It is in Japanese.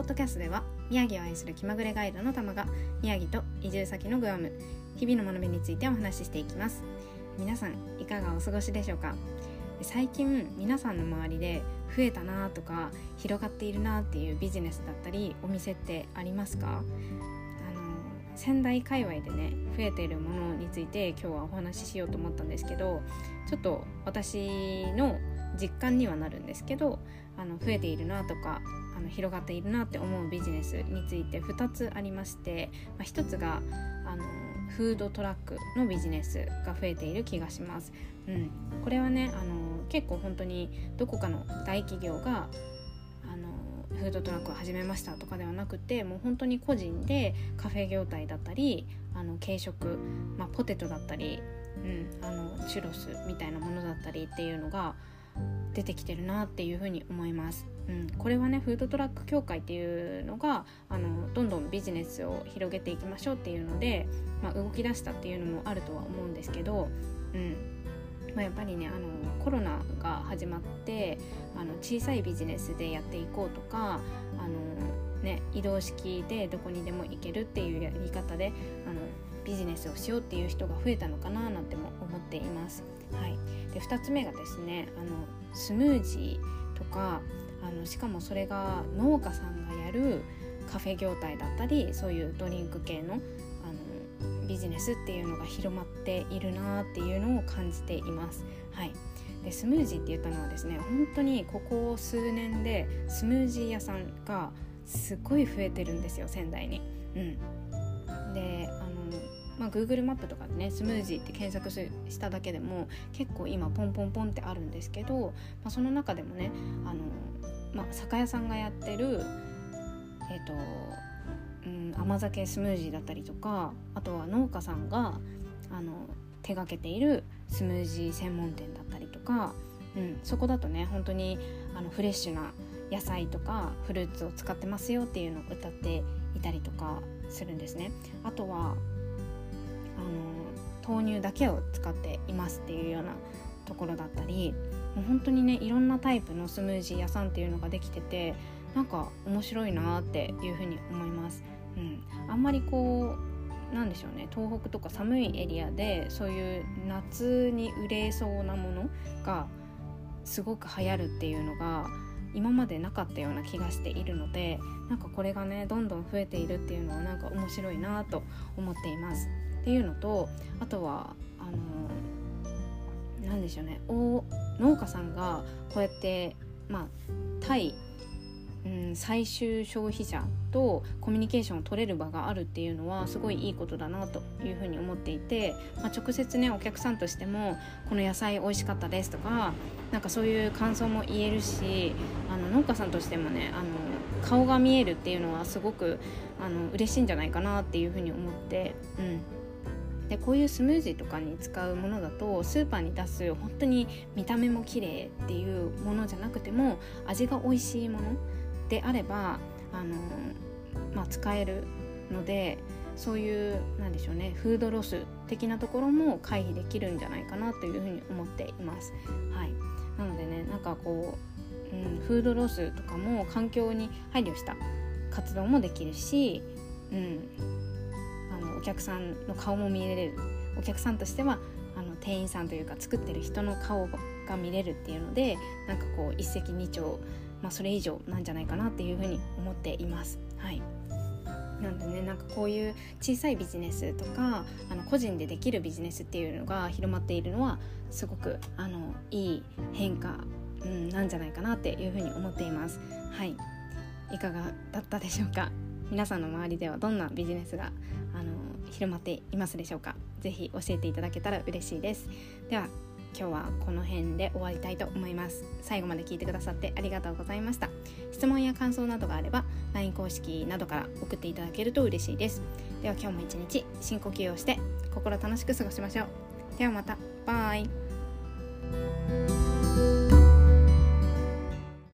ポッドキャストでは宮城を愛する気まぐれガイドのたまが宮城と移住先のグアム、日々の学びについてお話ししていきます。皆さんいかがお過ごしでしょうか。最近皆さんの周りで増えたなとか広がっているなっていうビジネスだったりお店ってありますか？仙台界隈でね増えているものについて今日はお話ししようと思ったんですけど、ちょっと私の実感にはなるんですけど、増えているなとか広がっているなって思うビジネスについて2つありまして、1つがフードトラックのビジネスが増えている気がします。これはね結構本当にどこかの大企業がフードトラックを始めましたとかではなくて、もう本当に個人でカフェ業態だったり軽食、ポテトだったり、チュロスみたいなものだったりっていうのが出てきてるなっていうふうに思います。これはねフードトラック協会っていうのがどんどんビジネスを広げていきましょうっていうので、動き出したっていうのもあるとは思うんですけど、やっぱりねコロナが始まって小さいビジネスでやっていこうとか移動式でどこにでも行けるっていうやり方でビジネスをしようっていう人が増えたのかななんても思っています。で2つ目がですねスムージーとかしかもそれが農家さんがやるカフェ業態だったり、そういうドリンク系のビジネスっていうのが広まっているなっていうのを感じています。でスムージーって言ったのはですね、本当にここ数年でスムージー屋さんがすごい増えてるんですよ、仙台に。でGoogle マップとかでねスムージーって検索しただけでも結構今ポンポンポンってあるんですけど、その中でもね酒屋さんがやってる甘酒スムージーだったりとか、あとは農家さんが手掛けているスムージー専門店だったりとか、そこだとね本当にフレッシュな野菜とかフルーツを使ってますよっていうのを歌っていたりとかするんですね。あとは豆乳だけを使っていますっていうようなところだったり、もう本当にねいろんなタイプのスムージー屋さんっていうのができてて、なんか面白いなっていうふうに思います。あんまりなんでしょうね、東北とか寒いエリアでそういう夏に売れそうなものがすごく流行るっていうのが今までなかったような気がしているので、なんかこれがねどんどん増えているっていうのはなんか面白いなと思っていますっていうのと、あとはなんでしょうね、農家さんがこうやって対最終消費者とコミュニケーションを取れる場があるっていうのはすごいいいことだなというふうに思っていて、直接ねお客さんとしてもこの野菜美味しかったですとか、なんかそういう感想も言えるし、農家さんとしてもね顔が見えるっていうのはすごく嬉しいんじゃないかなっていうふうに思って、でこういうスムージーとかに使うものだとスーパーに出す本当に見た目も綺麗っていうものじゃなくても味が美味しいものであれば使えるので、そういうなんでしょうねフードロス的なところも回避できるんじゃないかなというふうに思っています。なのでねなんかフードロスとかも環境に配慮した活動もできるし、お客さんの顔も見れる、お客さんとしては店員さんというか作ってる人の顔が見れるっていうので、なんか一石二鳥、それ以上なんじゃないかなっていうふうに思っています。なんでねなんかこういう小さいビジネスとか個人でできるビジネスっていうのが広まっているのはすごくいい変化、なんじゃないかなっていうふうに思っています。いかがだったでしょうか。皆さんの周りではどんなビジネスが広まっていますでしょうか。ぜひ教えていただけたら嬉しいです。では今日はこの辺で終わりたいと思います。最後まで聞いてくださってありがとうございました。質問や感想などがあれば LINE 公式などから送っていただけると嬉しいです。では今日も一日深呼吸をして心楽しく過ごしましょう。ではまた。バイ。